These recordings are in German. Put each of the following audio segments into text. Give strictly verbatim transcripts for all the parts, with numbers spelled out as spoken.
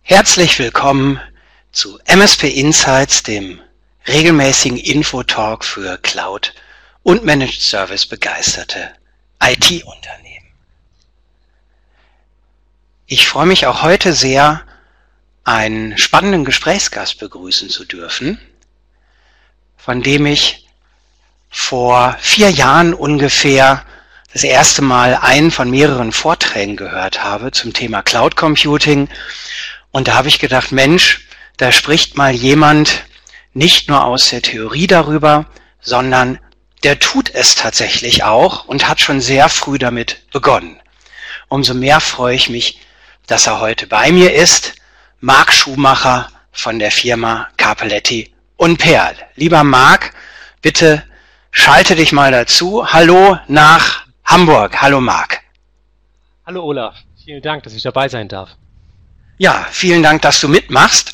Herzlich willkommen zu M S P Insights, dem regelmäßigen Infotalk für Cloud und Managed Service begeisterte I T-Unternehmen. Ich freue mich auch heute sehr, einen spannenden Gesprächsgast begrüßen zu dürfen, von dem ich vor vier Jahren ungefähr das erste Mal einen von mehreren Vorträgen gehört habe zum Thema Cloud Computing. Und da habe ich gedacht, Mensch, da spricht mal jemand nicht nur aus der Theorie darüber, sondern der tut es tatsächlich auch und hat schon sehr früh damit begonnen. Umso mehr freue ich mich, dass er heute bei mir ist, Marc Schumacher von der Firma Capelletti und Perl. Lieber Marc, bitte schalte dich mal dazu. Hallo nach Hamburg. Hallo Marc. Hallo Olaf, vielen Dank, dass ich dabei sein darf. Ja, vielen Dank, dass du mitmachst.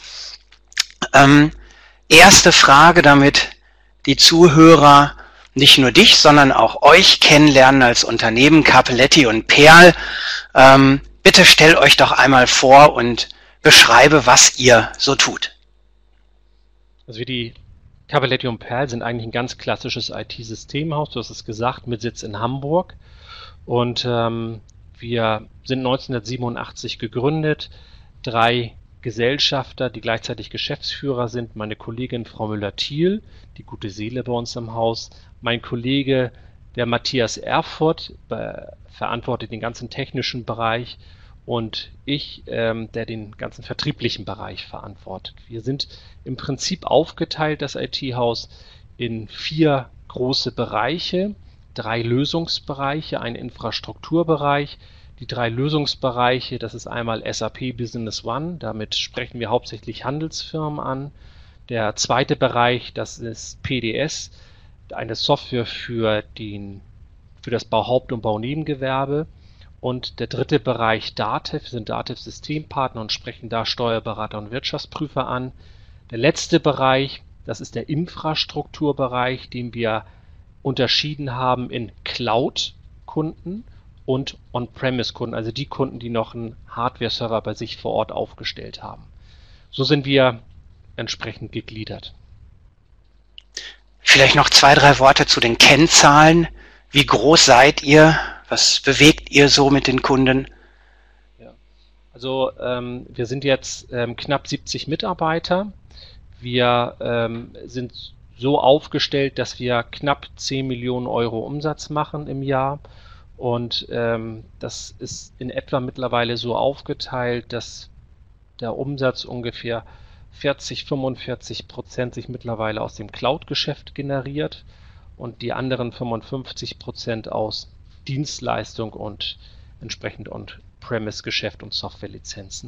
Ähm, erste Frage, damit die Zuhörer nicht nur dich, sondern auch euch kennenlernen als Unternehmen Capelletti und Perl. Ähm, bitte stellt euch doch einmal vor und beschreibe, was ihr so tut. Also wir die Capelletti und Perl sind eigentlich ein ganz klassisches I T-Systemhaus, du hast es gesagt, mit Sitz in Hamburg. Und ähm, wir sind neunzehnhundertsiebenundachtzig gegründet. Drei Gesellschafter, die gleichzeitig Geschäftsführer sind, meine Kollegin Frau Müller-Thiel, die gute Seele bei uns im Haus, mein Kollege, der Matthias Erfurt, verantwortet den ganzen technischen Bereich und ich, ähm, der den ganzen vertrieblichen Bereich verantwortet. Wir sind im Prinzip aufgeteilt, das I T-Haus, in vier große Bereiche, drei Lösungsbereiche, ein Infrastrukturbereich. Die drei Lösungsbereiche, das ist einmal S A P Business One, damit sprechen wir hauptsächlich Handelsfirmen an. Der zweite Bereich, das ist P D S, eine Software für, den, für das Bauhaupt- und Baunebengewerbe. Und der dritte Bereich DATEV, wir sind DATEV-Systempartner und sprechen da Steuerberater und Wirtschaftsprüfer an. Der letzte Bereich, das ist der Infrastrukturbereich, den wir unterschieden haben in Cloud-Kunden und On-Premise-Kunden, also die Kunden, die noch einen Hardware-Server bei sich vor Ort aufgestellt haben. So sind wir entsprechend gegliedert. Vielleicht noch zwei, drei Worte zu den Kennzahlen. Wie groß seid ihr? Was bewegt ihr so mit den Kunden? Ja. Also ähm, wir sind jetzt ähm, knapp siebzig Mitarbeiter. Wir ähm, sind so aufgestellt, dass wir knapp zehn Millionen Euro Umsatz machen im Jahr. Und ähm, das ist in etwa mittlerweile so aufgeteilt, dass der Umsatz ungefähr vierzig, fünfundvierzig Prozent sich mittlerweile aus dem Cloud-Geschäft generiert und die anderen fünfundfünfzig Prozent aus Dienstleistung und entsprechend On-Premise-Geschäft und Softwarelizenzen.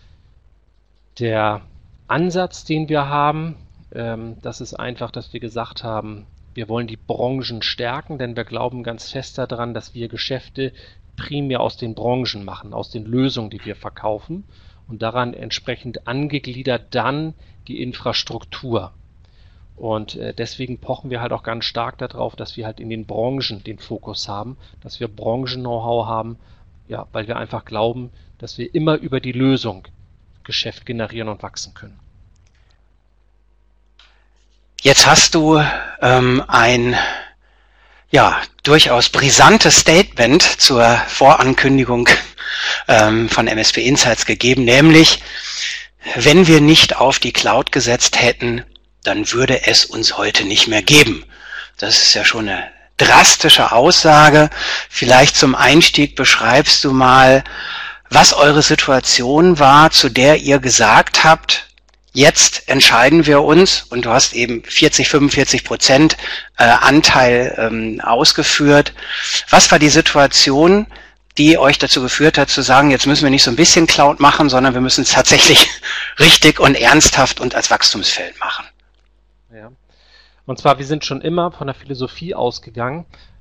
Der Ansatz, den wir haben, ähm, das ist einfach, dass wir gesagt haben, wir wollen die Branchen stärken, denn wir glauben ganz fest daran, dass wir Geschäfte primär aus den Branchen machen, aus den Lösungen, die wir verkaufen und daran entsprechend angegliedert dann die Infrastruktur. Und äh, deswegen pochen wir halt auch ganz stark darauf, dass wir halt in den Branchen den Fokus haben, dass wir Branchen-Know-how haben, ja, weil wir einfach glauben, dass wir immer über die Lösung Geschäft generieren und wachsen können. Jetzt hast du ähm, ein ja durchaus brisantes Statement zur Vorankündigung ähm, von M S P Insights gegeben, nämlich, wenn wir nicht auf die Cloud gesetzt hätten, dann würde es uns heute nicht mehr geben. Das ist ja schon eine drastische Aussage. Vielleicht zum Einstieg beschreibst du mal, was eure Situation war, zu der ihr gesagt habt, jetzt entscheiden wir uns, und du hast eben vierzig, fünfundvierzig Prozent äh, Anteil ähm, ausgeführt. Was war die Situation, die euch dazu geführt hat, zu sagen, jetzt müssen wir nicht so ein bisschen Cloud machen, sondern wir müssen es tatsächlich richtig und ernsthaft und als Wachstumsfeld machen? Ja. Und zwar, wir sind schon immer von der Philosophie ausgegangen,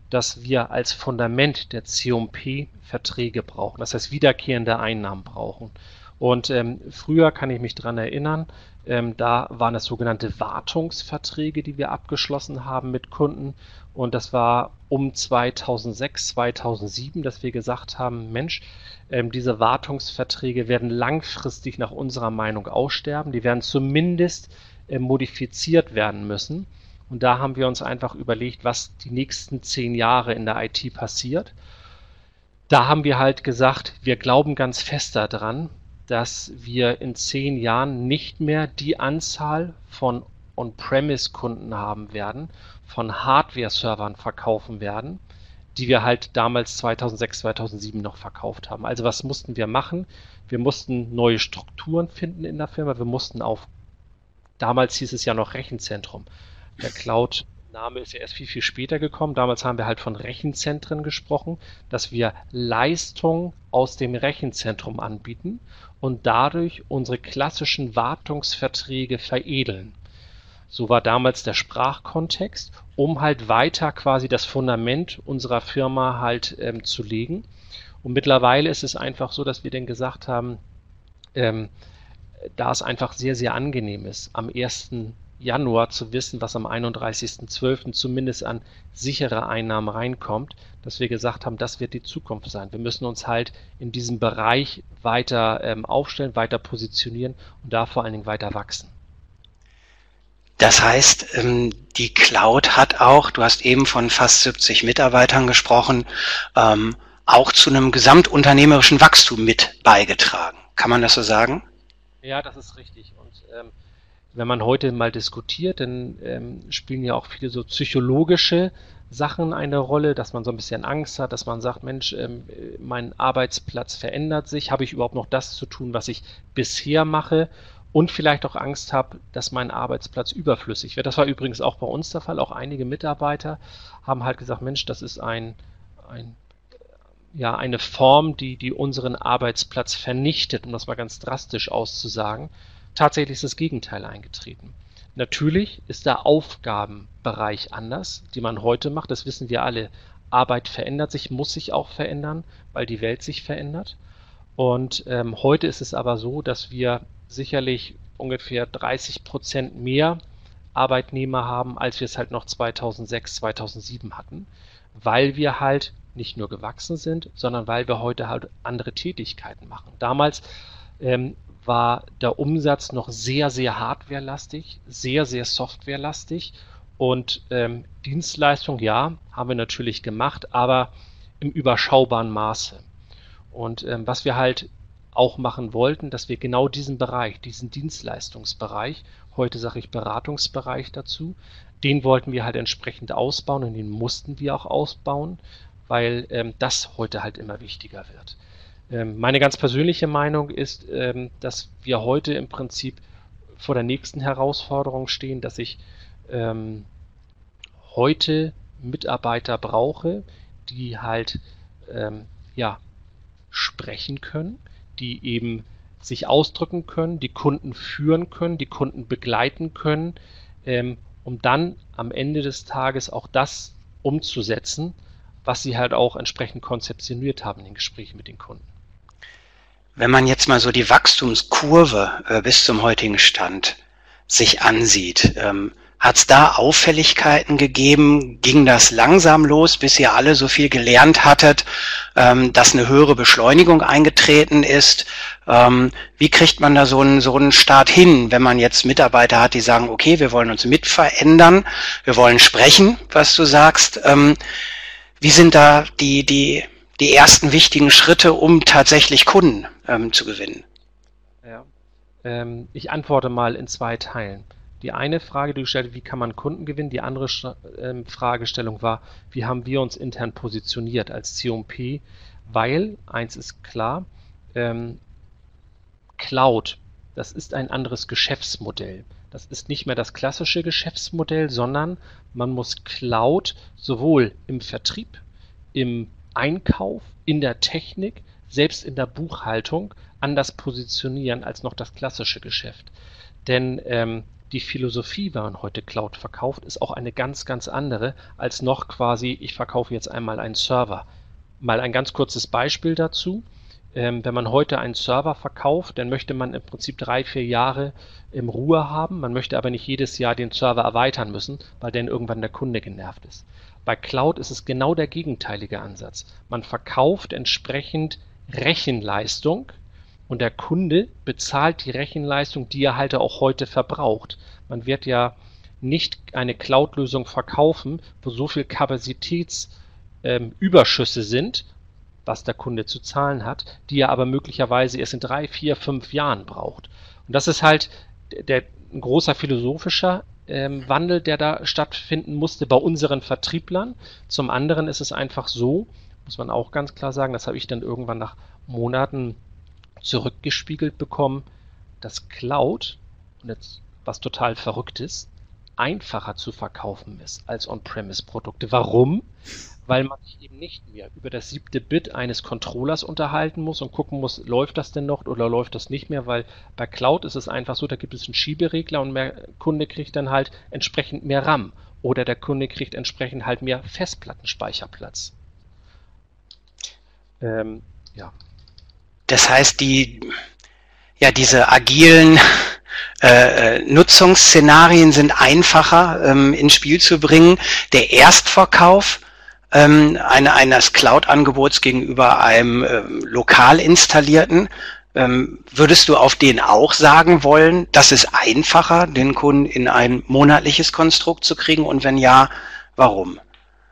dass wir als Fundament der C O M P Verträge brauchen, das heißt wiederkehrende Einnahmen brauchen. Und ähm, früher kann ich mich dran erinnern, ähm, da waren das sogenannte Wartungsverträge, die wir abgeschlossen haben mit Kunden. Und das war um zweitausendsechs, zweitausendsieben, dass wir gesagt haben, Mensch, ähm, diese Wartungsverträge werden langfristig nach unserer Meinung aussterben. Die werden zumindest äh, modifiziert werden müssen. Und da haben wir uns einfach überlegt, was die nächsten zehn Jahre in der I T passiert. Da haben wir halt gesagt, wir glauben ganz fest daran, dass wir in zehn Jahren nicht mehr die Anzahl von On-Premise-Kunden haben werden, von Hardware-Servern verkaufen werden, die wir halt damals zweitausendsechs, zweitausendsieben noch verkauft haben. Also was mussten wir machen? Wir mussten neue Strukturen finden in der Firma. Wir mussten auf, damals hieß es ja noch Rechenzentrum. Der Cloud-Name ist ja erst viel, viel später gekommen. Damals haben wir halt von Rechenzentren gesprochen, dass wir Leistung aus dem Rechenzentrum anbieten und dadurch unsere klassischen Wartungsverträge veredeln. So war damals der Sprachkontext, um halt weiter quasi das Fundament unserer Firma halt ähm, zu legen. Und mittlerweile ist es einfach so, dass wir dann gesagt haben, ähm, da es einfach sehr, sehr angenehm ist, am ersten Januar zu wissen, was am einunddreißigsten zwölften zumindest an sichere Einnahmen reinkommt, dass wir gesagt haben, das wird die Zukunft sein. Wir müssen uns halt in diesem Bereich weiter ähm, aufstellen, weiter positionieren und da vor allen Dingen weiter wachsen. Das heißt, ähm, die Cloud hat auch, du hast eben von fast siebzig Mitarbeitern gesprochen, ähm, auch zu einem gesamtunternehmerischen Wachstum mit beigetragen. Kann man das so sagen? Ja, das ist richtig. Und ähm, wenn man heute mal diskutiert, dann ähm, spielen ja auch viele so psychologische Sachen eine Rolle, dass man so ein bisschen Angst hat, dass man sagt, Mensch, ähm, mein Arbeitsplatz verändert sich, habe ich überhaupt noch das zu tun, was ich bisher mache? Und vielleicht auch Angst habe, dass mein Arbeitsplatz überflüssig wird. Das war übrigens auch bei uns der Fall. Auch einige Mitarbeiter haben halt gesagt, Mensch, das ist ein, ein ja, eine Form, die, die unseren Arbeitsplatz vernichtet, um das mal ganz drastisch auszusagen. Tatsächlich ist das Gegenteil eingetreten. Natürlich ist der Aufgabenbereich anders, die man heute macht. Das wissen wir alle. Arbeit verändert sich, muss sich auch verändern, weil die Welt sich verändert. Und ähm, heute ist es aber so, dass wir sicherlich ungefähr dreißig Prozent mehr Arbeitnehmer haben, als wir es halt noch zweitausendsechs, zweitausendsieben hatten, weil wir halt nicht nur gewachsen sind, sondern weil wir heute halt andere Tätigkeiten machen. Damals ähm, war der Umsatz noch sehr, sehr hardwarelastig, sehr, sehr softwarelastig und ähm, Dienstleistung, ja, haben wir natürlich gemacht, aber im überschaubaren Maße. Und ähm, was wir halt auch machen wollten, dass wir genau diesen Bereich, diesen Dienstleistungsbereich, heute sage ich Beratungsbereich dazu, den wollten wir halt entsprechend ausbauen und den mussten wir auch ausbauen, weil ähm, das heute halt immer wichtiger wird. Ähm, meine ganz persönliche Meinung ist, ähm, dass wir heute im Prinzip vor der nächsten Herausforderung stehen, dass ich ähm, heute Mitarbeiter brauche, die halt ähm, ja, sprechen können, die eben sich ausdrücken können, die Kunden führen können, die Kunden begleiten können, ähm, um dann am Ende des Tages auch das umzusetzen, was sie halt auch entsprechend konzeptioniert haben in den Gesprächen mit den Kunden. Wenn man jetzt mal so die Wachstumskurve äh, bis zum heutigen Stand sich ansieht, ähm, hat es da Auffälligkeiten gegeben? Ging das langsam los, bis ihr alle so viel gelernt hattet, ähm, dass eine höhere Beschleunigung eingetreten ist? Ähm, wie kriegt man da so einen, so einen Start hin, wenn man jetzt Mitarbeiter hat, die sagen, okay, wir wollen uns mit verändern, wir wollen sprechen, was du sagst. Ähm, wie sind da die, die, die ersten wichtigen Schritte, um tatsächlich Kunden ähm, zu gewinnen? Ja. Ähm, ich antworte mal in zwei Teilen. Die eine Frage, die du gestellt hast, wie kann man Kunden gewinnen? Die andere ähm, Fragestellung war, wie haben wir uns intern positioniert als C O M P? Weil, eins ist klar, ähm, Cloud, das ist ein anderes Geschäftsmodell. Das ist nicht mehr das klassische Geschäftsmodell, sondern man muss Cloud sowohl im Vertrieb, im Einkauf, in der Technik, selbst in der Buchhaltung anders positionieren als noch das klassische Geschäft. Denn ähm, die Philosophie, wenn man heute Cloud verkauft, ist auch eine ganz, ganz andere als noch quasi, ich verkaufe jetzt einmal einen Server. Mal ein ganz kurzes Beispiel dazu. Ähm, wenn man heute einen Server verkauft, dann möchte man im Prinzip drei, vier Jahre in Ruhe haben. Man möchte aber nicht jedes Jahr den Server erweitern müssen, weil dann irgendwann der Kunde genervt ist. Bei Cloud ist es genau der gegenteilige Ansatz. Man verkauft entsprechend Rechenleistung und der Kunde bezahlt die Rechenleistung, die er halt auch heute verbraucht. Man wird ja nicht eine Cloud-Lösung verkaufen, wo so viel Kapazitätsüberschüsse ähm, sind, was der Kunde zu zahlen hat, die er aber möglicherweise erst in drei, vier, fünf Jahren braucht. Und das ist halt der, ein großer philosophischer ähm, Wandel, der da stattfinden musste bei unseren Vertrieblern. Zum anderen ist es einfach so, muss man auch ganz klar sagen, das habe ich dann irgendwann nach Monaten zurückgespiegelt bekommen, dass Cloud, und jetzt was total verrückt ist, einfacher zu verkaufen ist als On-Premise-Produkte. Warum? Weil man sich eben nicht mehr über das siebte Bit eines Controllers unterhalten muss und gucken muss, läuft das denn noch oder läuft das nicht mehr, weil bei Cloud ist es einfach so, da gibt es einen Schieberegler und der Kunde kriegt dann halt entsprechend mehr RAM oder der Kunde kriegt entsprechend halt mehr Festplattenspeicherplatz. Ähm, ja. Das heißt, die, ja, diese agilen äh, Nutzungsszenarien sind einfacher ähm, ins Spiel zu bringen. Der Erstverkauf ähm, eine, eines Cloud-Angebots gegenüber einem ähm, lokal installierten, ähm, würdest du auf den auch sagen wollen, das ist einfacher, den Kunden in ein monatliches Konstrukt zu kriegen? Und wenn ja, warum?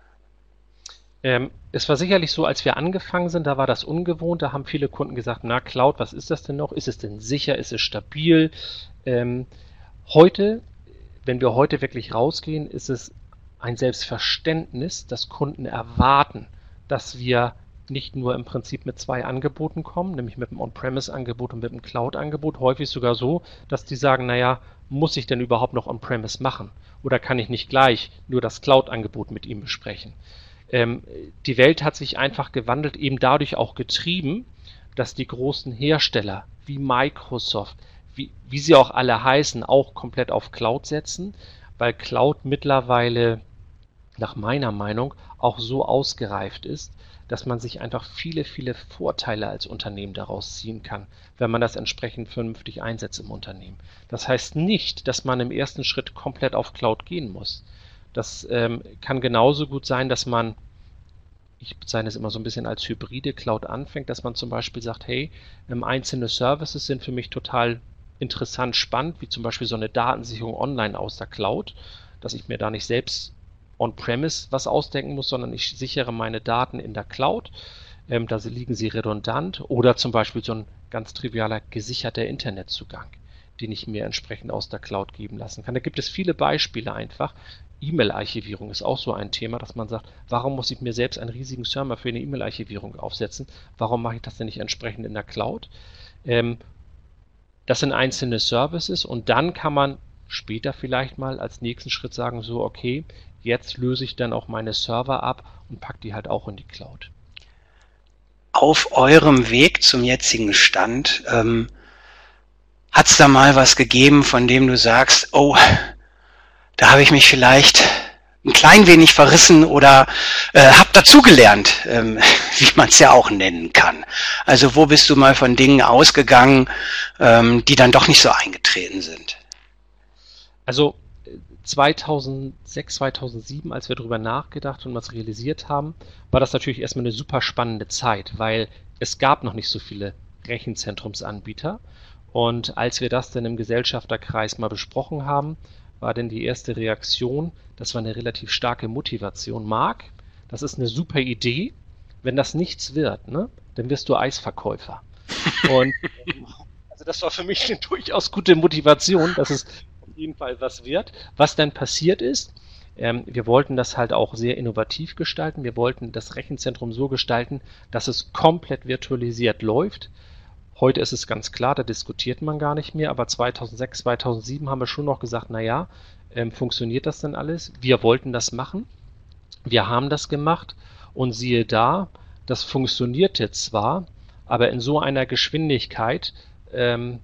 Ähm, es war sicherlich so, als wir angefangen sind, da war das ungewohnt, da haben viele Kunden gesagt, na Cloud, was ist das denn noch? Ist es denn sicher? Ist es stabil? Ähm, heute, wenn wir heute wirklich rausgehen, ist es ein Selbstverständnis, dass Kunden erwarten, dass wir nicht nur im Prinzip mit zwei Angeboten kommen, nämlich mit dem On-Premise-Angebot und mit dem Cloud-Angebot, häufig sogar so, dass die sagen, naja, muss ich denn überhaupt noch On-Premise machen? Oder kann ich nicht gleich nur das Cloud-Angebot mit ihm besprechen? Ähm, die Welt hat sich einfach gewandelt, eben dadurch auch getrieben, dass die großen Hersteller wie Microsoft, wie, wie sie auch alle heißen, auch komplett auf Cloud setzen, weil Cloud mittlerweile nach meiner Meinung auch so ausgereift ist, dass man sich einfach viele, viele Vorteile als Unternehmen daraus ziehen kann, wenn man das entsprechend vernünftig einsetzt im Unternehmen. Das heißt nicht, dass man im ersten Schritt komplett auf Cloud gehen muss. Das ähm, kann genauso gut sein, dass man, ich bezeichne es immer so ein bisschen als hybride Cloud anfängt, dass man zum Beispiel sagt, hey, ähm, einzelne Services sind für mich total interessant, spannend, wie zum Beispiel so eine Datensicherung online aus der Cloud, dass ich mir da nicht selbst on-premise was ausdenken muss, sondern ich sichere meine Daten in der Cloud. Ähm, da liegen sie redundant oder zum Beispiel so ein ganz trivialer gesicherter Internetzugang, den ich mir entsprechend aus der Cloud geben lassen kann. Da gibt es viele Beispiele einfach. E-Mail-Archivierung ist auch so ein Thema, dass man sagt, warum muss ich mir selbst einen riesigen Server für eine E-Mail-Archivierung aufsetzen? Warum mache ich das denn nicht entsprechend in der Cloud? Ähm, das sind einzelne Services und dann kann man später vielleicht mal als nächsten Schritt sagen, so okay, jetzt löse ich dann auch meine Server ab und packe die halt auch in die Cloud. Auf eurem Weg zum jetzigen Stand, ähm, hat es da mal was gegeben, von dem du sagst, oh, da habe ich mich vielleicht ein klein wenig verrissen oder äh, habe dazugelernt, ähm, wie man es ja auch nennen kann. Also wo bist du mal von Dingen ausgegangen, ähm, die dann doch nicht so eingetreten sind? Also zweitausendsechs, zweitausendsieben, als wir darüber nachgedacht und was realisiert haben, war das natürlich erstmal eine super spannende Zeit, weil es gab noch nicht so viele Rechenzentrumsanbieter. Und als wir das dann im Gesellschafterkreis mal besprochen haben, war denn die erste Reaktion, das war eine relativ starke Motivation. Marc, das ist eine super Idee. Wenn das nichts wird, ne, dann wirst du Eisverkäufer. Und also das war für mich eine durchaus gute Motivation, dass es auf jeden Fall was wird. Was dann passiert ist, ähm, wir wollten das halt auch sehr innovativ gestalten. Wir wollten das Rechenzentrum so gestalten, dass es komplett virtualisiert läuft. Heute ist es ganz klar, da diskutiert man gar nicht mehr, aber zweitausendsechs, zweitausendsieben haben wir schon noch gesagt, naja, ähm, funktioniert das denn alles? Wir wollten das machen, wir haben das gemacht und siehe da, das funktionierte zwar, aber in so einer Geschwindigkeit, ähm,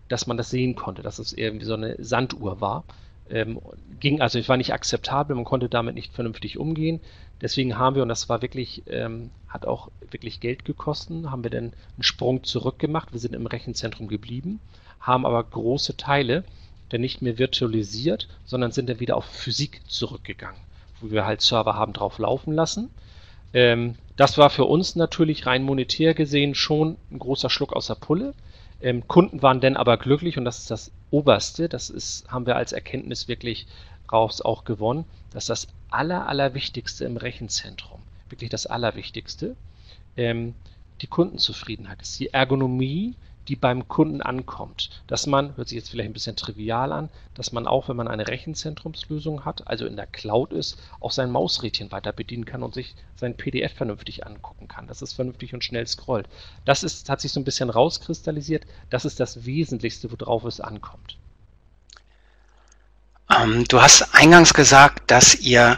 dass man das sehen konnte, dass es irgendwie so eine Sanduhr war. Ähm, ging also, es war nicht akzeptabel, man konnte damit nicht vernünftig umgehen. Deswegen haben wir, und das war wirklich, ähm, hat auch wirklich Geld gekostet, haben wir dann einen Sprung zurück gemacht. Wir sind im Rechenzentrum geblieben, haben aber große Teile dann nicht mehr virtualisiert, sondern sind dann wieder auf Physik zurückgegangen, wo wir halt Server haben drauf laufen lassen. Ähm, das war für uns natürlich rein monetär gesehen schon ein großer Schluck aus der Pulle. Ähm, Kunden waren dann aber glücklich, und das ist das Oberste, das ist, haben wir als Erkenntnis wirklich raus auch gewonnen, dass das Aller, Allerwichtigste im Rechenzentrum, wirklich das Allerwichtigste, ähm, die Kundenzufriedenheit ist, die Ergonomie, die beim Kunden ankommt. Dass man, hört sich jetzt vielleicht ein bisschen trivial an, dass man auch, wenn man eine Rechenzentrumslösung hat, also in der Cloud ist, auch sein Mausrädchen weiter bedienen kann und sich sein P D F vernünftig angucken kann, dass es vernünftig und schnell scrollt. Das ist, hat sich so ein bisschen rauskristallisiert. Das ist das Wesentlichste, worauf es ankommt. Ähm, du hast eingangs gesagt, dass ihr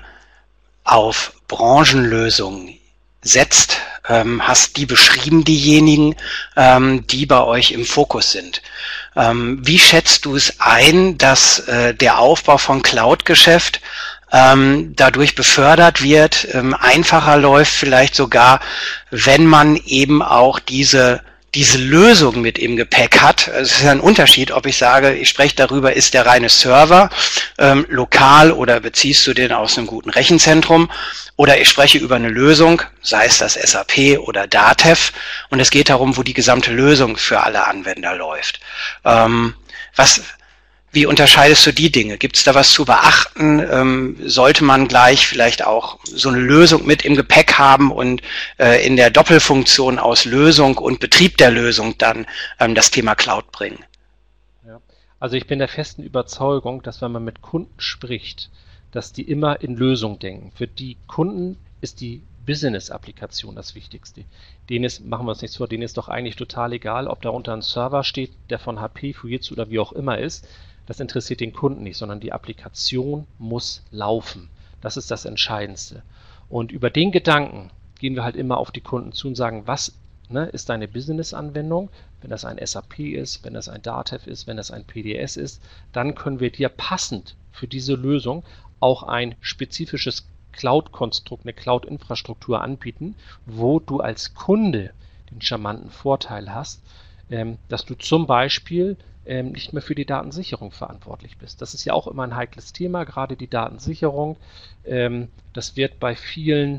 auf Branchenlösungen setzt, ähm, hast die beschrieben, diejenigen, ähm, die bei euch im Fokus sind. Ähm, wie schätzt du es ein, dass äh, der Aufbau von Cloud-Geschäft ähm, dadurch befördert wird, ähm, einfacher läuft, vielleicht sogar, wenn man eben auch diese diese Lösung mit im Gepäck hat? Es ist ein Unterschied, ob ich sage, ich spreche darüber, ist der reine Server ähm, lokal oder beziehst du den aus einem guten Rechenzentrum, oder ich spreche über eine Lösung, sei es das S A P oder Datev, und es geht darum, wo die gesamte Lösung für alle Anwender läuft. Ähm, was, wie unterscheidest du die Dinge? Gibt es da was zu beachten? Ähm, sollte man gleich vielleicht auch so eine Lösung mit im Gepäck haben und äh, in der Doppelfunktion aus Lösung und Betrieb der Lösung dann ähm, das Thema Cloud bringen? Ja. Also ich bin der festen Überzeugung, dass wenn man mit Kunden spricht, dass die immer in Lösung denken. Für die Kunden ist die Business-Applikation das Wichtigste. Denen ist, machen wir uns nichts vor, denen ist doch eigentlich total egal, ob darunter ein Server steht, der von H P, Fujitsu oder wie auch immer ist. Das interessiert den Kunden nicht, sondern die Applikation muss laufen. Das ist das Entscheidendste. Und über den Gedanken gehen wir halt immer auf die Kunden zu und sagen, was ne, ist deine Business-Anwendung? Wenn das ein S A P ist, wenn das ein Datev ist, wenn das ein P D S ist, dann können wir dir passend für diese Lösung auch ein spezifisches Cloud-Konstrukt, eine Cloud-Infrastruktur anbieten, wo du als Kunde den charmanten Vorteil hast, ähm, dass du zum Beispiel ähm, nicht mehr für die Datensicherung verantwortlich bist. Das ist ja auch immer ein heikles Thema, gerade die Datensicherung. Ähm, das wird bei vielen,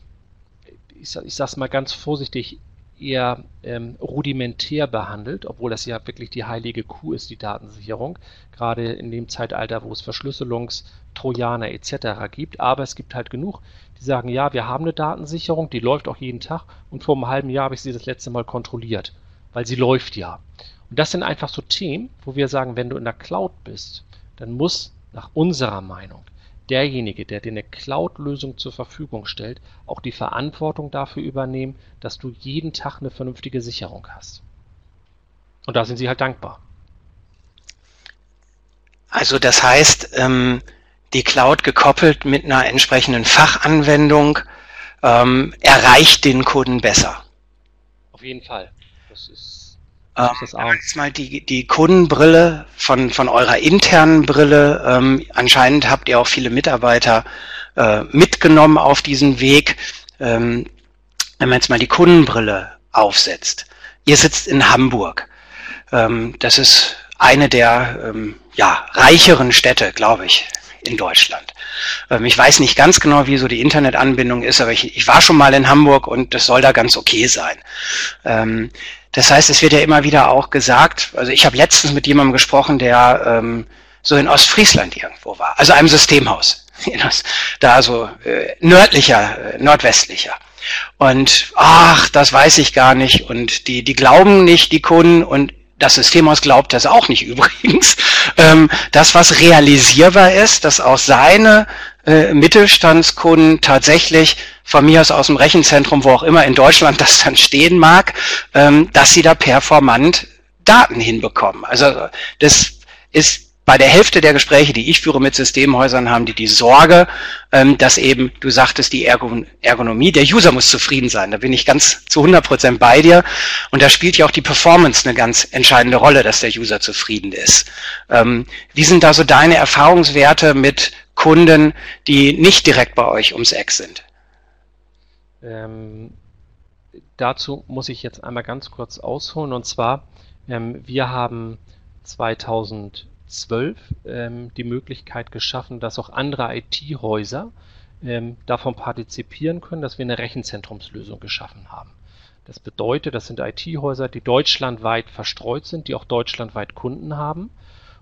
ich, ich sage es mal ganz vorsichtig, eher ähm, rudimentär behandelt, obwohl das ja wirklich die heilige Kuh ist, die Datensicherung, gerade in dem Zeitalter, wo es Verschlüsselungstrojaner et cetera gibt. Aber es gibt halt genug, die sagen, ja, wir haben eine Datensicherung, die läuft auch jeden Tag, und vor einem halben Jahr habe ich sie das letzte Mal kontrolliert, weil sie läuft ja. Und das sind einfach so Themen, wo wir sagen, wenn du in der Cloud bist, dann muss nach unserer Meinung derjenige, der dir eine Cloud-Lösung zur Verfügung stellt, auch die Verantwortung dafür übernehmen, dass du jeden Tag eine vernünftige Sicherung hast. Und da sind sie halt dankbar. Also das heißt, ähm, die Cloud gekoppelt mit einer entsprechenden Fachanwendung ähm, erreicht den Kunden besser. Auf jeden Fall. Das ist Ähm, jetzt mal die, die Kundenbrille von, von eurer internen Brille. Ähm, anscheinend habt ihr auch viele Mitarbeiter äh, mitgenommen auf diesen Weg. Ähm, wenn man jetzt mal die Kundenbrille aufsetzt. Ihr sitzt in Hamburg. Ähm, das ist eine der ähm, ja, reicheren Städte, glaube ich, in Deutschland. Ähm, ich weiß nicht ganz genau, wie so die Internetanbindung ist, aber ich, ich war schon mal in Hamburg und das soll da ganz okay sein. Ähm, Das heißt, es wird ja immer wieder auch gesagt, also ich habe letztens mit jemandem gesprochen, der ähm, so in Ostfriesland irgendwo war, also einem Systemhaus, da so äh, nördlicher, äh, nordwestlicher. Und ach, das weiß ich gar nicht, und die die glauben nicht, die Kunden, und das Systemhaus glaubt das auch nicht übrigens, ähm, das, was realisierbar ist, dass auch seine äh, Mittelstandskunden tatsächlich von mir aus aus dem Rechenzentrum, wo auch immer in Deutschland das dann stehen mag, ähm, dass sie da performant Daten hinbekommen. Also das ist bei der Hälfte der Gespräche, die ich führe mit Systemhäusern, haben die die Sorge, ähm, dass eben, du sagtest, die Ergon- Ergonomie, der User muss zufrieden sein. Da bin ich ganz zu hundert Prozent bei dir. Und da spielt ja auch die Performance eine ganz entscheidende Rolle, dass der User zufrieden ist. Ähm, wie sind da so deine Erfahrungswerte mit Kunden, die nicht direkt bei euch ums Eck sind? Ähm, dazu muss ich jetzt einmal ganz kurz ausholen. Und zwar, ähm, wir haben zweitausendzwölf ähm, die Möglichkeit geschaffen, dass auch andere I T-Häuser ähm, davon partizipieren können, dass wir eine Rechenzentrumslösung geschaffen haben. Das bedeutet, das sind I T-Häuser, die deutschlandweit verstreut sind, die auch deutschlandweit Kunden haben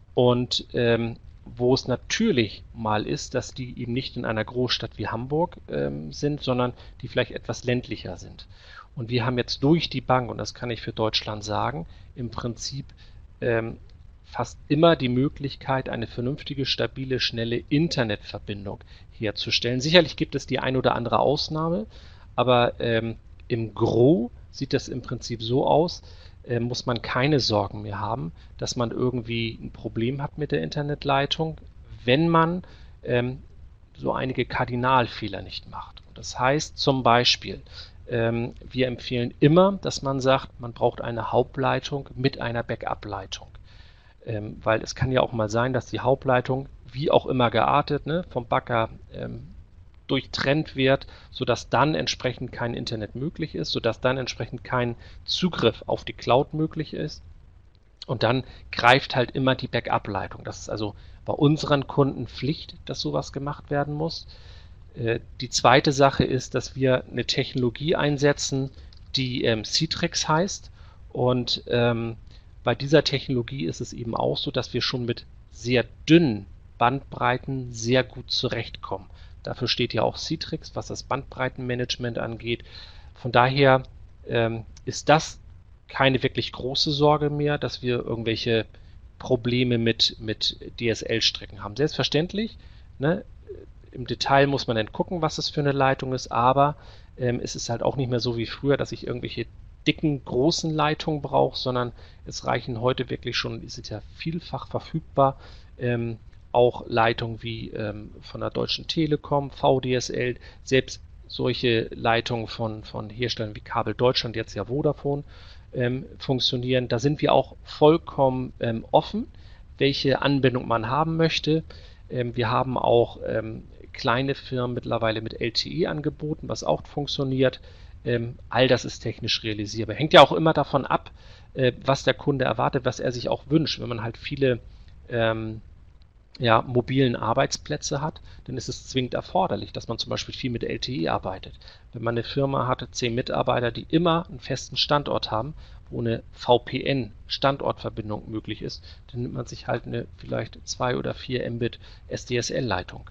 und ähm, wo es natürlich mal ist, dass die eben nicht in einer Großstadt wie Hamburg ähm, sind, sondern die vielleicht etwas ländlicher sind. Und wir haben jetzt durch die Bank, und das kann ich für Deutschland sagen, im Prinzip ähm, fast immer die Möglichkeit, eine vernünftige, stabile, schnelle Internetverbindung herzustellen. Sicherlich gibt es die ein oder andere Ausnahme, aber ähm, im Gros sieht das im Prinzip so aus, äh, muss man keine Sorgen mehr haben, dass man irgendwie ein Problem hat mit der Internetleitung, wenn man ähm, so einige Kardinalfehler nicht macht. Und das heißt zum Beispiel, ähm, wir empfehlen immer, dass man sagt, man braucht eine Hauptleitung mit einer Backup-Leitung. Ähm, weil es kann ja auch mal sein, dass die Hauptleitung, wie auch immer geartet, ne, vom Bagger ähm, durchtrennt wird, sodass dann entsprechend kein Internet möglich ist, sodass dann entsprechend kein Zugriff auf die Cloud möglich ist. Und dann greift halt immer die Backup-Leitung. Das ist also bei unseren Kunden Pflicht, dass sowas gemacht werden muss. Äh, die zweite Sache ist, dass wir eine Technologie einsetzen, die ähm, Citrix heißt. Und ähm, bei dieser Technologie ist es eben auch so, dass wir schon mit sehr dünnen Bandbreiten sehr gut zurechtkommen. Dafür steht ja auch Citrix, was das Bandbreitenmanagement angeht. Von daher ähm, ist das keine wirklich große Sorge mehr, dass wir irgendwelche Probleme mit, mit D S L-Strecken haben. Selbstverständlich, ne, im Detail muss man dann gucken, was das für eine Leitung ist, aber ähm, es ist halt auch nicht mehr so wie früher, dass ich irgendwelche dicken, großen Leitungen brauche, sondern es reichen heute wirklich schon, die sind ja vielfach verfügbar, ähm, auch Leitungen wie ähm, von der Deutschen Telekom, V D S L, selbst solche Leitungen von, von Herstellern wie Kabel Deutschland, jetzt ja Vodafone, ähm, funktionieren. Da sind wir auch vollkommen ähm, offen, welche Anbindung man haben möchte. Ähm, wir haben auch ähm, kleine Firmen mittlerweile mit L T E angeboten, was auch funktioniert. Ähm, all das ist technisch realisierbar. Hängt ja auch immer davon ab, äh, was der Kunde erwartet, was er sich auch wünscht. Wenn man halt viele ähm, ja, mobilen Arbeitsplätze hat, dann ist es zwingend erforderlich, dass man zum Beispiel viel mit L T E arbeitet. Wenn man eine Firma hat, zehn Mitarbeiter, die immer einen festen Standort haben, wo eine V P N-Standortverbindung möglich ist, dann nimmt man sich halt eine vielleicht zwei oder vier Mbit S D S L-Leitung.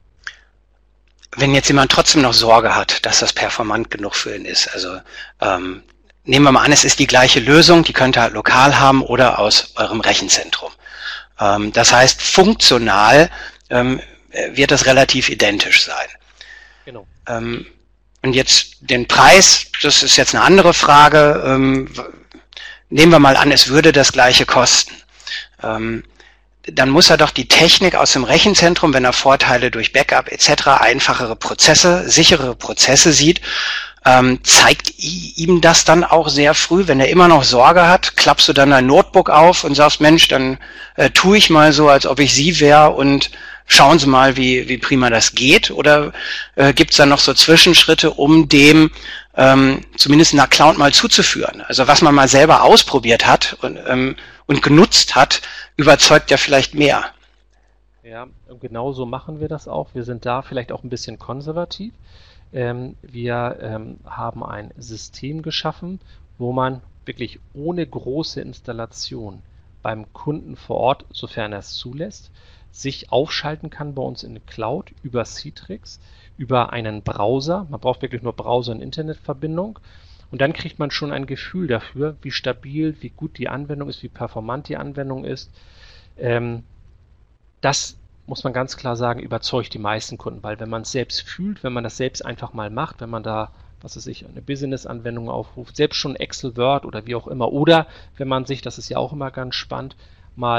Wenn jetzt jemand trotzdem noch Sorge hat, dass das performant genug für ihn ist, also ähm, nehmen wir mal an, es ist die gleiche Lösung, die könnt ihr halt lokal haben oder aus eurem Rechenzentrum. Ähm, das heißt, funktional ähm, wird das relativ identisch sein. Genau. Ähm, und jetzt den Preis, das ist jetzt eine andere Frage. Ähm, nehmen wir mal an, es würde das gleiche kosten. Ähm, dann muss er doch die Technik aus dem Rechenzentrum, wenn er Vorteile durch Backup et cetera, einfachere Prozesse, sicherere Prozesse sieht, ähm, zeigt ihm das dann auch sehr früh, wenn er immer noch Sorge hat, klappst du dann ein Notebook auf und sagst, Mensch, dann äh, tue ich mal so, als ob ich Sie wäre und schauen Sie mal, wie, wie prima das geht, oder äh, gibt es dann noch so Zwischenschritte, um dem ähm, zumindest in der Cloud mal zuzuführen? Also was man mal selber ausprobiert hat und, ähm, und genutzt hat, überzeugt ja vielleicht mehr. Ja, und genau so machen wir das auch. Wir sind da vielleicht auch ein bisschen konservativ. Ähm, wir ähm, haben ein System geschaffen, wo man wirklich ohne große Installation beim Kunden vor Ort, sofern er es zulässt, sich aufschalten kann bei uns in der Cloud über Citrix, über einen Browser. Man braucht wirklich nur Browser und Internetverbindung. Und dann kriegt man schon ein Gefühl dafür, wie stabil, wie gut die Anwendung ist, wie performant die Anwendung ist. Ähm, das muss man ganz klar sagen, überzeugt die meisten Kunden, weil wenn man es selbst fühlt, wenn man das selbst einfach mal macht, wenn man da, was weiß ich, eine Business-Anwendung aufruft, selbst schon Excel, Word oder wie auch immer, oder wenn man sich, das ist ja auch immer ganz spannend, mal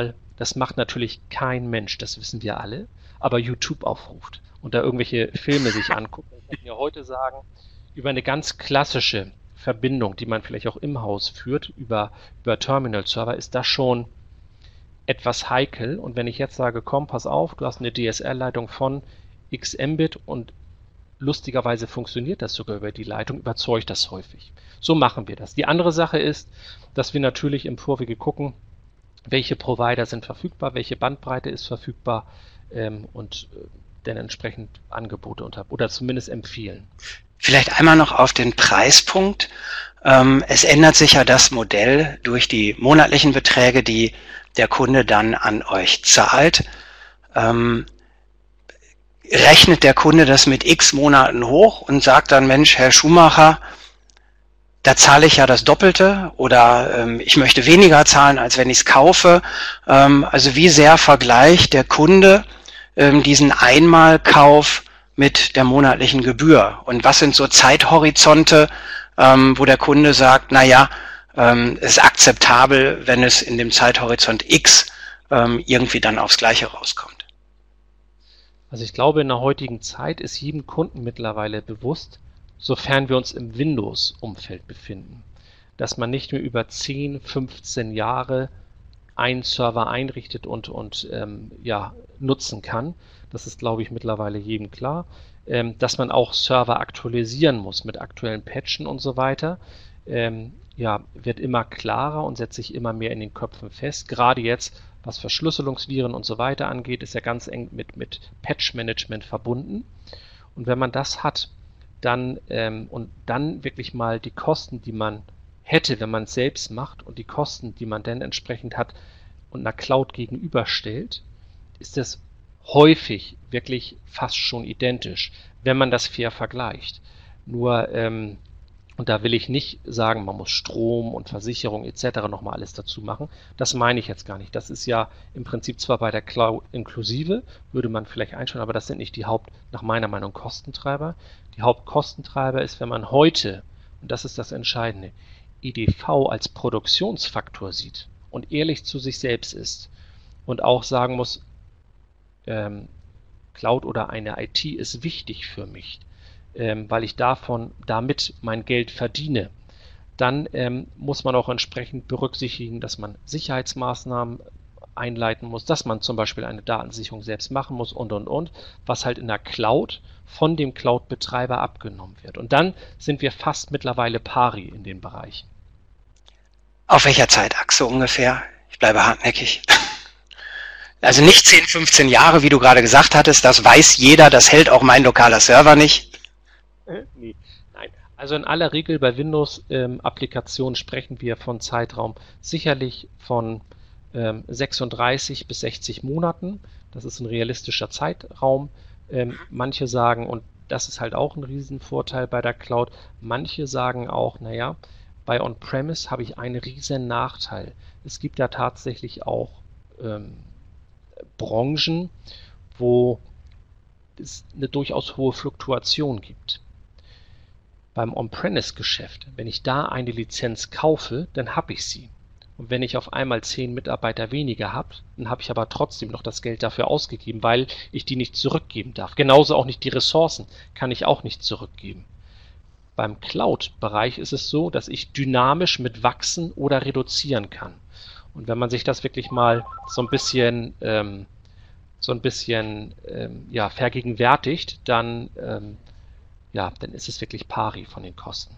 das macht natürlich kein Mensch, das wissen wir alle, aber YouTube aufruft und da irgendwelche Filme sich angucken. Ich kann mir heute sagen, über eine ganz klassische Verbindung, die man vielleicht auch im Haus führt, über, über Terminal-Server, ist das schon etwas heikel. Und wenn ich jetzt sage, komm, pass auf, du hast eine D S L-Leitung von X Mbit und lustigerweise funktioniert das sogar über die Leitung, überzeugt das häufig. So machen wir das. Die andere Sache ist, dass wir natürlich im Vorwege gucken, welche Provider sind verfügbar, welche Bandbreite ist verfügbar ähm, und äh, dann entsprechend Angebote unter oder zumindest empfehlen. Vielleicht einmal noch auf den Preispunkt. Ähm, es ändert sich ja das Modell durch die monatlichen Beträge, die der Kunde dann an euch zahlt. Ähm, rechnet der Kunde das mit x Monaten hoch und sagt dann, Mensch, Herr Schumacher, da zahle ich ja das Doppelte oder ähm, ich möchte weniger zahlen, als wenn ich es kaufe. Ähm, also wie sehr vergleicht der Kunde ähm, diesen Einmalkauf mit der monatlichen Gebühr? Und was sind so Zeithorizonte, ähm, wo der Kunde sagt, na ja, ähm, ist akzeptabel, wenn es in dem Zeithorizont X ähm, irgendwie dann aufs Gleiche rauskommt? Also ich glaube, in der heutigen Zeit ist jedem Kunden mittlerweile bewusst, sofern wir uns im Windows-Umfeld befinden, dass man nicht mehr über zehn, fünfzehn Jahre einen Server einrichtet und, und ähm, ja, nutzen kann. Das ist, glaube ich, mittlerweile jedem klar. Ähm, dass man auch Server aktualisieren muss mit aktuellen Patchen und so weiter, ähm, ja, wird immer klarer und setzt sich immer mehr in den Köpfen fest. Gerade jetzt, was Verschlüsselungsviren und so weiter angeht, ist ja ganz eng mit, mit Patch-Management verbunden. Und wenn man das hat, dann ähm, und dann wirklich mal die Kosten, die man hätte, wenn man es selbst macht und die Kosten, die man dann entsprechend hat und einer Cloud gegenüberstellt, ist das häufig wirklich fast schon identisch, wenn man das fair vergleicht. Nur, ähm, und da will ich nicht sagen, man muss Strom und Versicherung et cetera nochmal alles dazu machen. Das meine ich jetzt gar nicht. Das ist ja im Prinzip zwar bei der Cloud inklusive, würde man vielleicht einschauen, aber das sind nicht die Haupt, nach meiner Meinung, Kostentreiber. Die Hauptkostentreiber ist, wenn man heute, und das ist das Entscheidende, E D V als Produktionsfaktor sieht und ehrlich zu sich selbst ist und auch sagen muss, ähm, Cloud oder eine I T ist wichtig für mich, ähm, weil ich davon damit mein Geld verdiene, dann ähm, muss man auch entsprechend berücksichtigen, dass man Sicherheitsmaßnahmen einleiten muss, dass man zum Beispiel eine Datensicherung selbst machen muss und, und, und, was halt in der Cloud von dem Cloud-Betreiber abgenommen wird. Und dann sind wir fast mittlerweile pari in den Bereichen. Auf welcher Zeitachse ungefähr? Ich bleibe hartnäckig. Also nicht zehn, fünfzehn Jahre, wie du gerade gesagt hattest, das weiß jeder, das hält auch mein lokaler Server nicht. Äh, nee, nein. Also in aller Regel bei Windows-Applikationen ähm, sprechen wir von Zeitraum sicherlich von ähm, sechsunddreißig bis sechzig Monaten. Das ist ein realistischer Zeitraum. Ähm, manche sagen, und das ist halt auch ein Riesenvorteil bei der Cloud, manche sagen auch, naja, bei On-Premise habe ich einen riesen Nachteil. Es gibt da tatsächlich auch ähm, Branchen, wo es eine durchaus hohe Fluktuation gibt. Beim On-Premise-Geschäft, wenn ich da eine Lizenz kaufe, dann habe ich sie. Und wenn ich auf einmal zehn Mitarbeiter weniger habe, dann habe ich aber trotzdem noch das Geld dafür ausgegeben, weil ich die nicht zurückgeben darf. Genauso auch nicht die Ressourcen kann ich auch nicht zurückgeben. Beim Cloud-Bereich ist es so, dass ich dynamisch mit wachsen oder reduzieren kann. Und wenn man sich das wirklich mal so ein bisschen, ähm, so ein bisschen ähm, ja, vergegenwärtigt, dann, ähm, ja, dann ist es wirklich pari von den Kosten.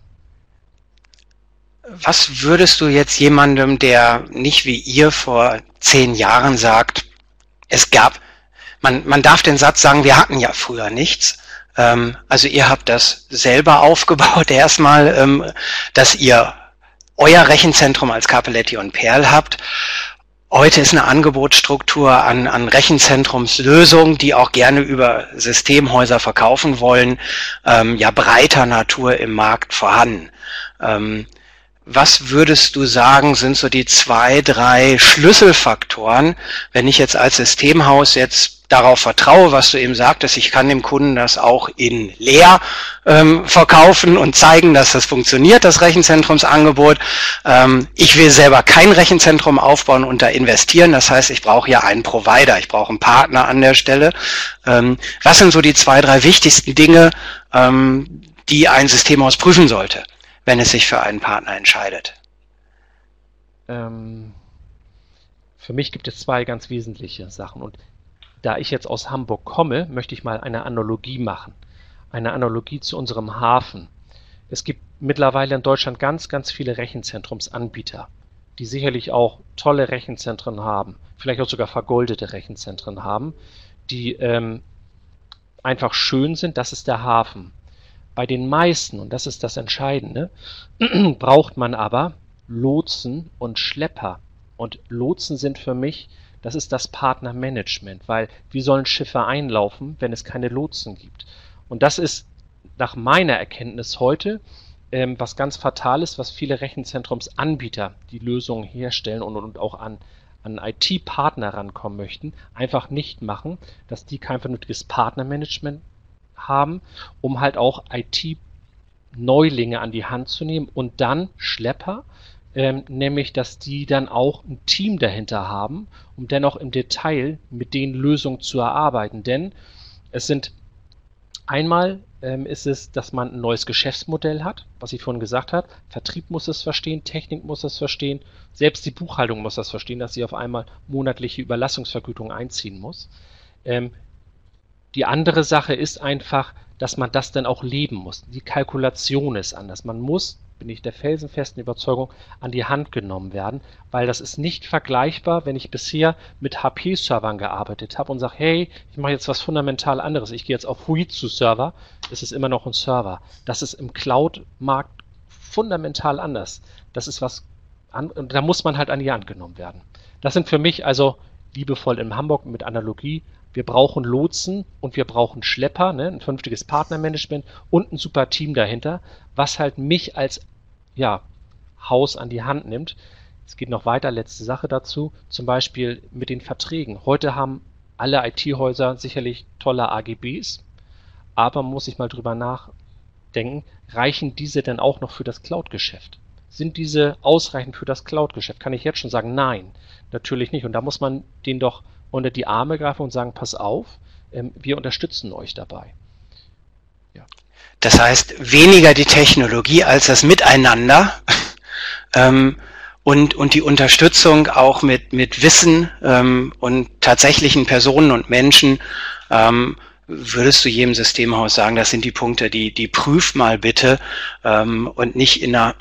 Was würdest du jetzt jemandem, der nicht wie ihr vor zehn Jahren sagt, es gab, man, man darf den Satz sagen, wir hatten ja früher nichts. Ähm, also ihr habt das selber aufgebaut erstmal, ähm, dass ihr euer Rechenzentrum als Capelletti und Perl habt. Heute ist eine Angebotsstruktur an, an Rechenzentrumslösungen, die auch gerne über Systemhäuser verkaufen wollen, ähm, ja breiter Natur im Markt vorhanden. Ähm, was würdest du sagen, sind so die zwei, drei Schlüsselfaktoren, wenn ich jetzt als Systemhaus jetzt darauf vertraue, was du eben sagtest, ich kann dem Kunden das auch in leer ähm, verkaufen und zeigen, dass das funktioniert, das Rechenzentrumsangebot. Ähm, ich will selber kein Rechenzentrum aufbauen und da investieren, das heißt, ich brauche ja einen Provider, ich brauche einen Partner an der Stelle. Ähm, was sind so die zwei, drei wichtigsten Dinge, ähm, die ein Systemhaus prüfen sollte, wenn es sich für einen Partner entscheidet? Ähm, für mich gibt es zwei ganz wesentliche Sachen. Und da ich jetzt aus Hamburg komme, möchte ich mal eine Analogie machen. Eine Analogie zu unserem Hafen. Es gibt mittlerweile in Deutschland ganz, ganz viele Rechenzentrumsanbieter, die sicherlich auch tolle Rechenzentren haben, vielleicht auch sogar vergoldete Rechenzentren haben, die ähm, einfach schön sind. Das ist der Hafen. Bei den meisten, und das ist das Entscheidende, braucht man aber Lotsen und Schlepper. Und Lotsen sind für mich, das ist das Partnermanagement, weil wie sollen Schiffe einlaufen, wenn es keine Lotsen gibt? Und das ist nach meiner Erkenntnis heute ähm, was ganz fatal ist, was viele Rechenzentrumsanbieter, die Lösungen herstellen und, und auch an, an I T-Partner rankommen möchten, einfach nicht machen, dass die kein vernünftiges Partnermanagement haben, um halt auch I T-Neulinge an die Hand zu nehmen und dann Schlepper, ähm, nämlich dass die dann auch ein Team dahinter haben, um dennoch im Detail mit den Lösungen zu erarbeiten. Denn es sind einmal ähm, ist es, dass man ein neues Geschäftsmodell hat, was ich vorhin gesagt habe. Vertrieb muss es verstehen, Technik muss es verstehen, selbst die Buchhaltung muss das verstehen, dass sie auf einmal monatliche Überlassungsvergütung einziehen muss. Ähm, Die andere Sache ist einfach, dass man das dann auch leben muss. Die Kalkulation ist anders. Man muss, bin ich der felsenfesten Überzeugung, an die Hand genommen werden, weil das ist nicht vergleichbar, wenn ich bisher mit H P-Servern gearbeitet habe und sage, hey, ich mache jetzt was fundamental anderes. Ich gehe jetzt auf Fujitsu-Server, es ist immer noch ein Server. Das ist im Cloud-Markt fundamental anders. Das ist was, an, da muss man halt an die Hand genommen werden. Das sind für mich also liebevoll in Hamburg mit Analogie. Wir brauchen Lotsen und wir brauchen Schlepper, ne, ein vernünftiges Partnermanagement und ein super Team dahinter, was halt mich als ja, Haus an die Hand nimmt. Es geht noch weiter, letzte Sache dazu, zum Beispiel mit den Verträgen. Heute haben alle I T-Häuser sicherlich tolle A G Bs, aber man muss sich mal drüber nachdenken, reichen diese denn auch noch für das Cloud-Geschäft? Sind diese ausreichend für das Cloud-Geschäft? Kann ich jetzt schon sagen, nein, natürlich nicht. Und da muss man den doch unter die Arme greifen und sagen, pass auf, ähm, wir unterstützen euch dabei. Ja. Das heißt, weniger die Technologie als das Miteinander ähm, und, und die Unterstützung auch mit, mit Wissen ähm, und tatsächlichen Personen und Menschen. Ähm, würdest du jedem Systemhaus sagen, das sind die Punkte, die, die prüf mal bitte ähm, und nicht in einer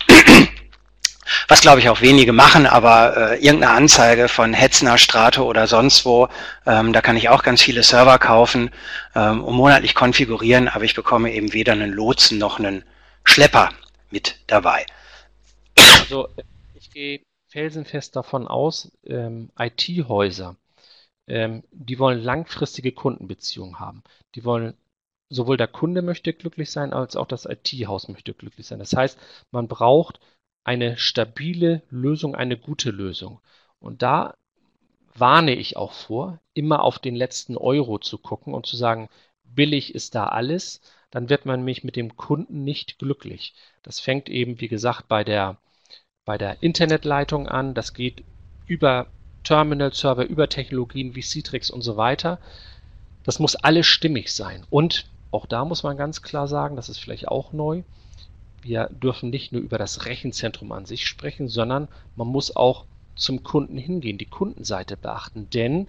was glaube ich auch wenige machen, aber äh, irgendeine Anzeige von Hetzner, Strato oder sonst wo, ähm, da kann ich auch ganz viele Server kaufen ähm, und monatlich konfigurieren, aber ich bekomme eben weder einen Lotsen noch einen Schlepper mit dabei. Also ich gehe felsenfest davon aus, ähm, I T-Häuser, ähm, die wollen langfristige Kundenbeziehungen haben. Die wollen, sowohl der Kunde möchte glücklich sein, als auch das I T-Haus möchte glücklich sein. Das heißt, man braucht eine stabile Lösung, eine gute Lösung. Und da warne ich auch vor, immer auf den letzten Euro zu gucken und zu sagen, billig ist da alles, dann wird man mich mit dem Kunden nicht glücklich. Das fängt eben, wie gesagt, bei der, bei der Internetleitung an, das geht über Terminal-Server, über Technologien wie Citrix und so weiter. Das muss alles stimmig sein. Und auch da muss man ganz klar sagen, das ist vielleicht auch neu, wir dürfen nicht nur über das Rechenzentrum an sich sprechen, sondern man muss auch zum Kunden hingehen, die Kundenseite beachten. Denn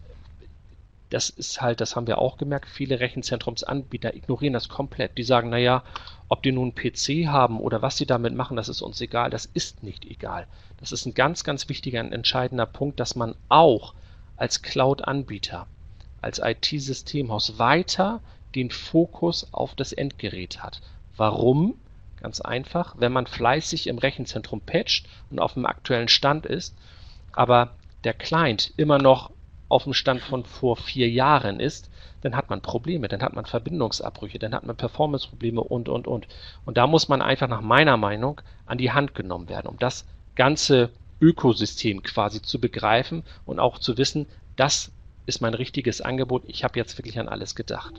das ist halt, das haben wir auch gemerkt, viele Rechenzentrumsanbieter ignorieren das komplett. Die sagen, naja, ob die nun einen P C haben oder was sie damit machen, das ist uns egal. Das ist nicht egal. Das ist ein ganz, ganz wichtiger, ein entscheidender Punkt, dass man auch als Cloud-Anbieter, als I T-Systemhaus weiter den Fokus auf das Endgerät hat. Warum? Ganz einfach, wenn man fleißig im Rechenzentrum patcht und auf dem aktuellen Stand ist, aber der Client immer noch auf dem Stand von vor vier Jahren ist, dann hat man Probleme, dann hat man Verbindungsabbrüche, dann hat man Performance-Probleme und, und, und. Und da muss man einfach nach meiner Meinung an die Hand genommen werden, um das ganze Ökosystem quasi zu begreifen und auch zu wissen, das ist mein richtiges Angebot, ich habe jetzt wirklich an alles gedacht.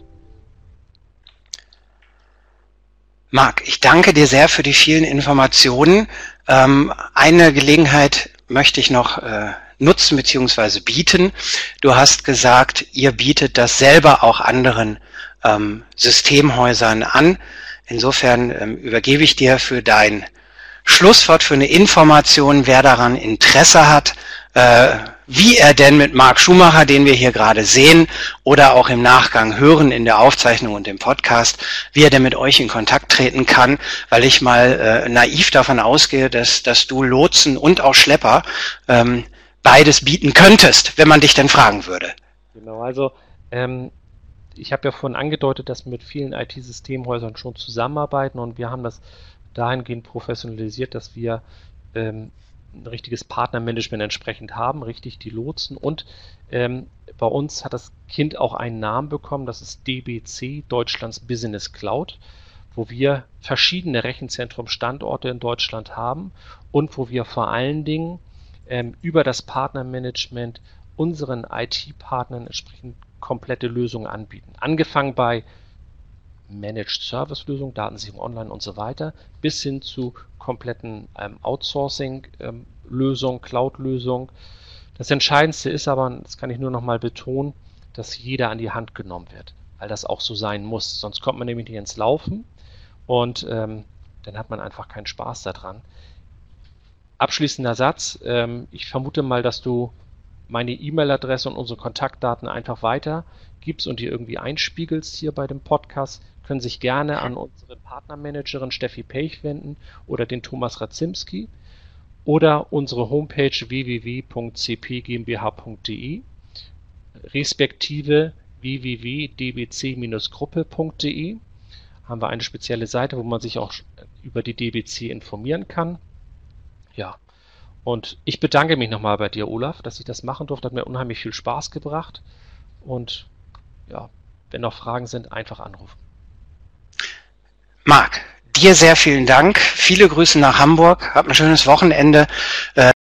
Marc, ich danke dir sehr für die vielen Informationen. Ähm, eine Gelegenheit möchte ich noch äh, nutzen bzw. bieten. Du hast gesagt, ihr bietet das selber auch anderen ähm, Systemhäusern an. Insofern ähm, übergebe ich dir für dein Schlusswort, für eine Information, wer daran Interesse hat, äh, wie er denn mit Marc Schumacher, den wir hier gerade sehen oder auch im Nachgang hören in der Aufzeichnung und im Podcast, wie er denn mit euch in Kontakt treten kann, weil ich mal äh, naiv davon ausgehe, dass, dass du Lotsen und auch Schlepper ähm, beides bieten könntest, wenn man dich denn fragen würde. Genau, also ähm, ich habe ja vorhin angedeutet, dass wir mit vielen I T-Systemhäusern schon zusammenarbeiten und wir haben das dahingehend professionalisiert, dass wir ähm, ein richtiges Partnermanagement entsprechend haben, richtig die Lotsen und ähm, bei uns hat das Kind auch einen Namen bekommen, das ist D B C, Deutschlands Business Cloud, wo wir verschiedene Rechenzentrum-Standorte in Deutschland haben und wo wir vor allen Dingen ähm, über das Partnermanagement unseren I T-Partnern entsprechend komplette Lösungen anbieten. Angefangen bei Managed Service Lösungen, Datensicherung online und so weiter, bis hin zu kompletten ähm, Outsourcing-Lösungen, ähm, Cloud-Lösungen. Das Entscheidendste ist aber, das kann ich nur noch mal betonen, dass jeder an die Hand genommen wird, weil das auch so sein muss. Sonst kommt man nämlich nicht ins Laufen und ähm, dann hat man einfach keinen Spaß daran. Abschließender Satz, ähm, ich vermute mal, dass du meine E-Mail-Adresse und unsere Kontaktdaten einfach weitergibst und die irgendwie einspiegelst hier bei dem Podcast, können sich gerne an unsere Partnermanagerin Steffi Pech wenden oder den Thomas Radzimski oder unsere Homepage w w w punkt c p g m b h punkt d e respektive w w w punkt d b c Gruppe punkt d e haben wir eine spezielle Seite, wo man sich auch über die D B C informieren kann. Ja, und ich bedanke mich nochmal bei dir, Olaf, dass ich das machen durfte. Hat mir unheimlich viel Spaß gebracht. Und ja, wenn noch Fragen sind, einfach anrufen. Marc, dir sehr vielen Dank. Viele Grüße nach Hamburg. Hab ein schönes Wochenende.